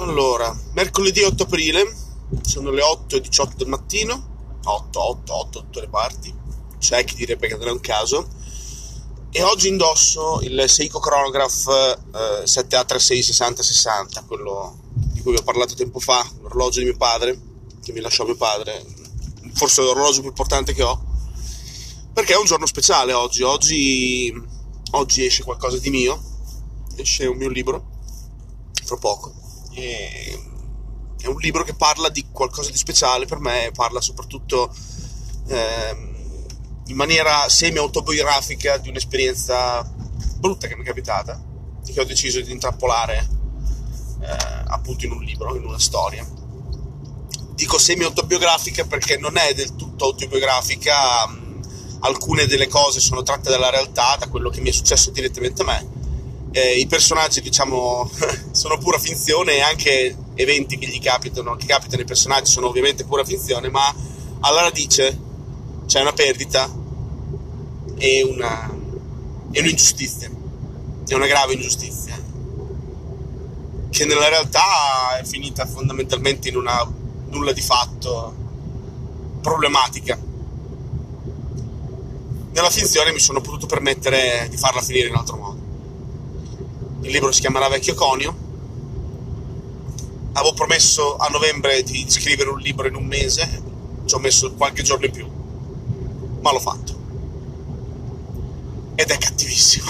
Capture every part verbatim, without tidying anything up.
Allora, mercoledì otto aprile, sono le otto e diciotto del mattino, otto, otto, otto, tutte le parti, c'è chi direbbe che non è un caso, e oggi indosso il Seiko Chronograph eh, sette A trentasei sessanta sessanta, quello di cui vi ho parlato tempo fa, l'orologio di mio padre, che mi lasciò mio padre, forse l'orologio più importante che ho, perché è un giorno speciale oggi, oggi, oggi esce qualcosa di mio, esce un mio libro, fra poco. E è un libro che parla di qualcosa di speciale per me, parla soprattutto eh, in maniera semi-autobiografica di un'esperienza brutta che mi è capitata e che ho deciso di intrappolare eh, appunto in un libro, in una storia. Dico semi-autobiografica perché non è del tutto autobiografica, alcune delle cose sono tratte dalla realtà, da quello che mi è successo direttamente a me. Eh, i personaggi, diciamo, sono pura finzione, e anche eventi che gli capitano, che capitano ai personaggi sono ovviamente pura finzione, ma alla radice c'è una perdita e una e un'ingiustizia, è una grave ingiustizia che nella realtà è finita fondamentalmente in una nulla di fatto problematica. Nella finzione mi sono potuto permettere di farla finire in un altro modo. Il libro si chiamerà Vecchio Conio. Avevo promesso a novembre di scrivere un libro in un mese, ci ho messo qualche giorno in più, ma l'ho fatto. Ed è cattivissimo.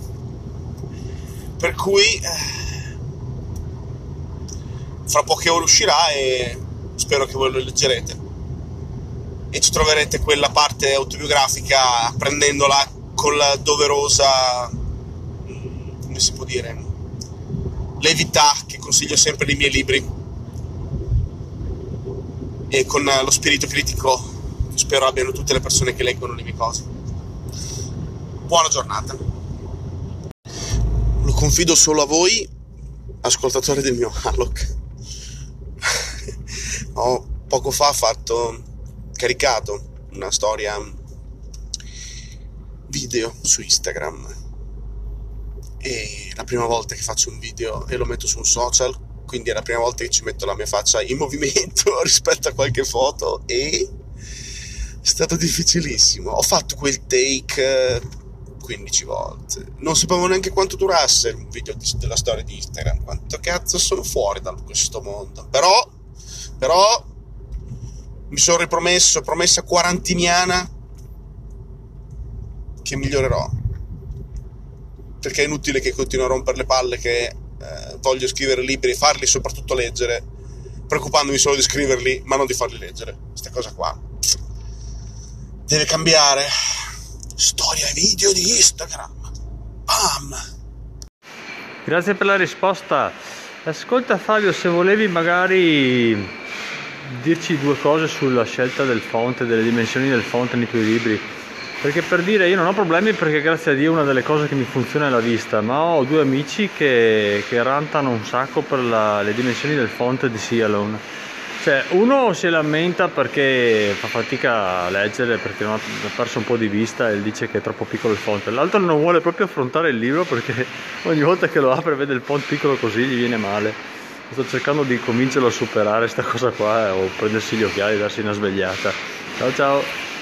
Per cui eh, fra poche ore uscirà e spero che voi lo leggerete. E ci troverete quella parte autobiografica prendendola con la doverosa, come si può dire, levità che consiglio sempre nei miei libri, e con lo spirito critico che spero abbiano tutte le persone che leggono le mie cose. Buona giornata. Lo confido solo a voi, ascoltatori del mio Alok. Ho poco fa fatto caricato una storia video su Instagram. È la prima volta che faccio un video e lo metto su un social, quindi è la prima volta che ci metto la mia faccia in movimento rispetto a qualche foto, e è stato difficilissimo. Ho fatto quel take quindici volte, non sapevo neanche quanto durasse un video di, della storia di Instagram, quanto cazzo sono fuori da questo mondo, però però mi sono ripromesso, promessa quarantiniana, che migliorerò, perché è inutile che continuo a rompere le palle che eh, voglio scrivere libri e farli soprattutto leggere, preoccupandomi solo di scriverli ma non di farli leggere. Questa cosa qua deve cambiare. Storia e video di Instagram. Bam! Grazie per la risposta. Ascolta Fabio, se volevi magari dirci due cose sulla scelta del font, delle dimensioni del font nei tuoi libri. Perché, per dire, io non ho problemi, perché grazie a Dio una delle cose che mi funziona è la vista, ma ho due amici che, che rantano un sacco per la, le dimensioni del font di Sialone. Cioè, uno si lamenta perché fa fatica a leggere, perché non ha, ha perso un po' di vista e dice che è troppo piccolo il font. L'altro non vuole proprio affrontare il libro perché ogni volta che lo apre vede il font piccolo così, gli viene male. Sto cercando di convincerlo a superare questa cosa qua, o prendersi gli occhiali e darsi una svegliata. Ciao ciao!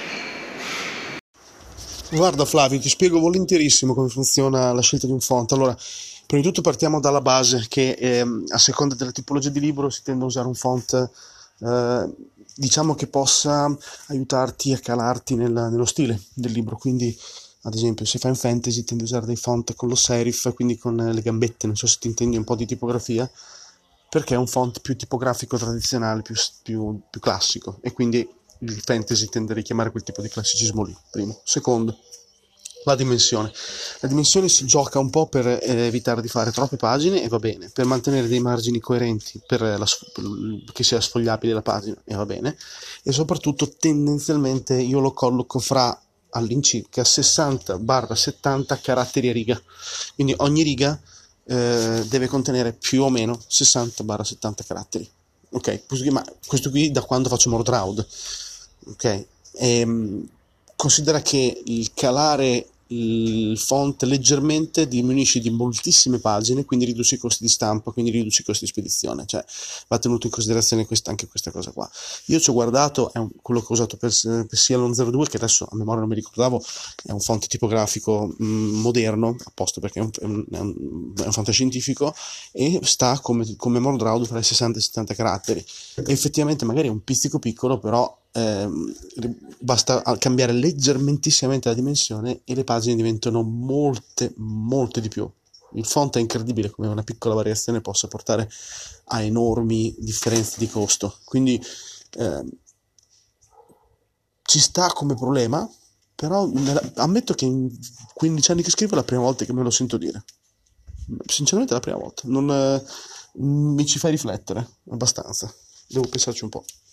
Guarda Flavio, ti spiego volentierissimo come funziona la scelta di un font. Allora, prima di tutto partiamo dalla base che ehm, a seconda della tipologia di libro si tende a usare un font eh, diciamo che possa aiutarti a calarti nel, nello stile del libro. Quindi, ad esempio, se fai un fantasy tendi a usare dei font con lo serif, quindi con le gambette, non so se ti intendi un po' di tipografia, perché è un font più tipografico tradizionale, più, più, più classico, e quindi il fantasy tende a richiamare quel tipo di classicismo lì. Primo. Secondo, la dimensione. La dimensione si gioca un po' per eh, evitare di fare troppe pagine, e va bene, per mantenere dei margini coerenti, per la, che sia sfogliabile la pagina, e va bene, e soprattutto tendenzialmente io lo colloco fra all'incirca sessanta settanta caratteri a riga, quindi ogni riga eh, deve contenere più o meno sessanta settanta caratteri. Ok, ma questo qui da quando faccio Mordraud. Ok, e, considera che il calare il font leggermente diminuisce di moltissime pagine, quindi riduce i costi di stampa, quindi riduce i costi di spedizione, cioè va tenuto in considerazione questa, anche questa cosa qua. Io ci ho guardato, è un, quello che ho usato per, per sia l'uno zero due, che adesso a memoria non mi ricordavo, è un font tipografico mh, moderno, apposta perché è un, è, un, è, un, è un font scientifico, e sta come, come Mordraw tra i sessanta e i settanta caratteri, e effettivamente magari è un pizzico piccolo, però Eh, basta cambiare leggermentissimamente la dimensione e le pagine diventano molte molte di più. Il font è incredibile come una piccola variazione possa portare a enormi differenze di costo, quindi eh, ci sta come problema, però ammetto che in quindici anni che scrivo è la prima volta che me lo sento dire, sinceramente è la prima volta. Non eh, mi ci fai riflettere abbastanza, devo pensarci un po'.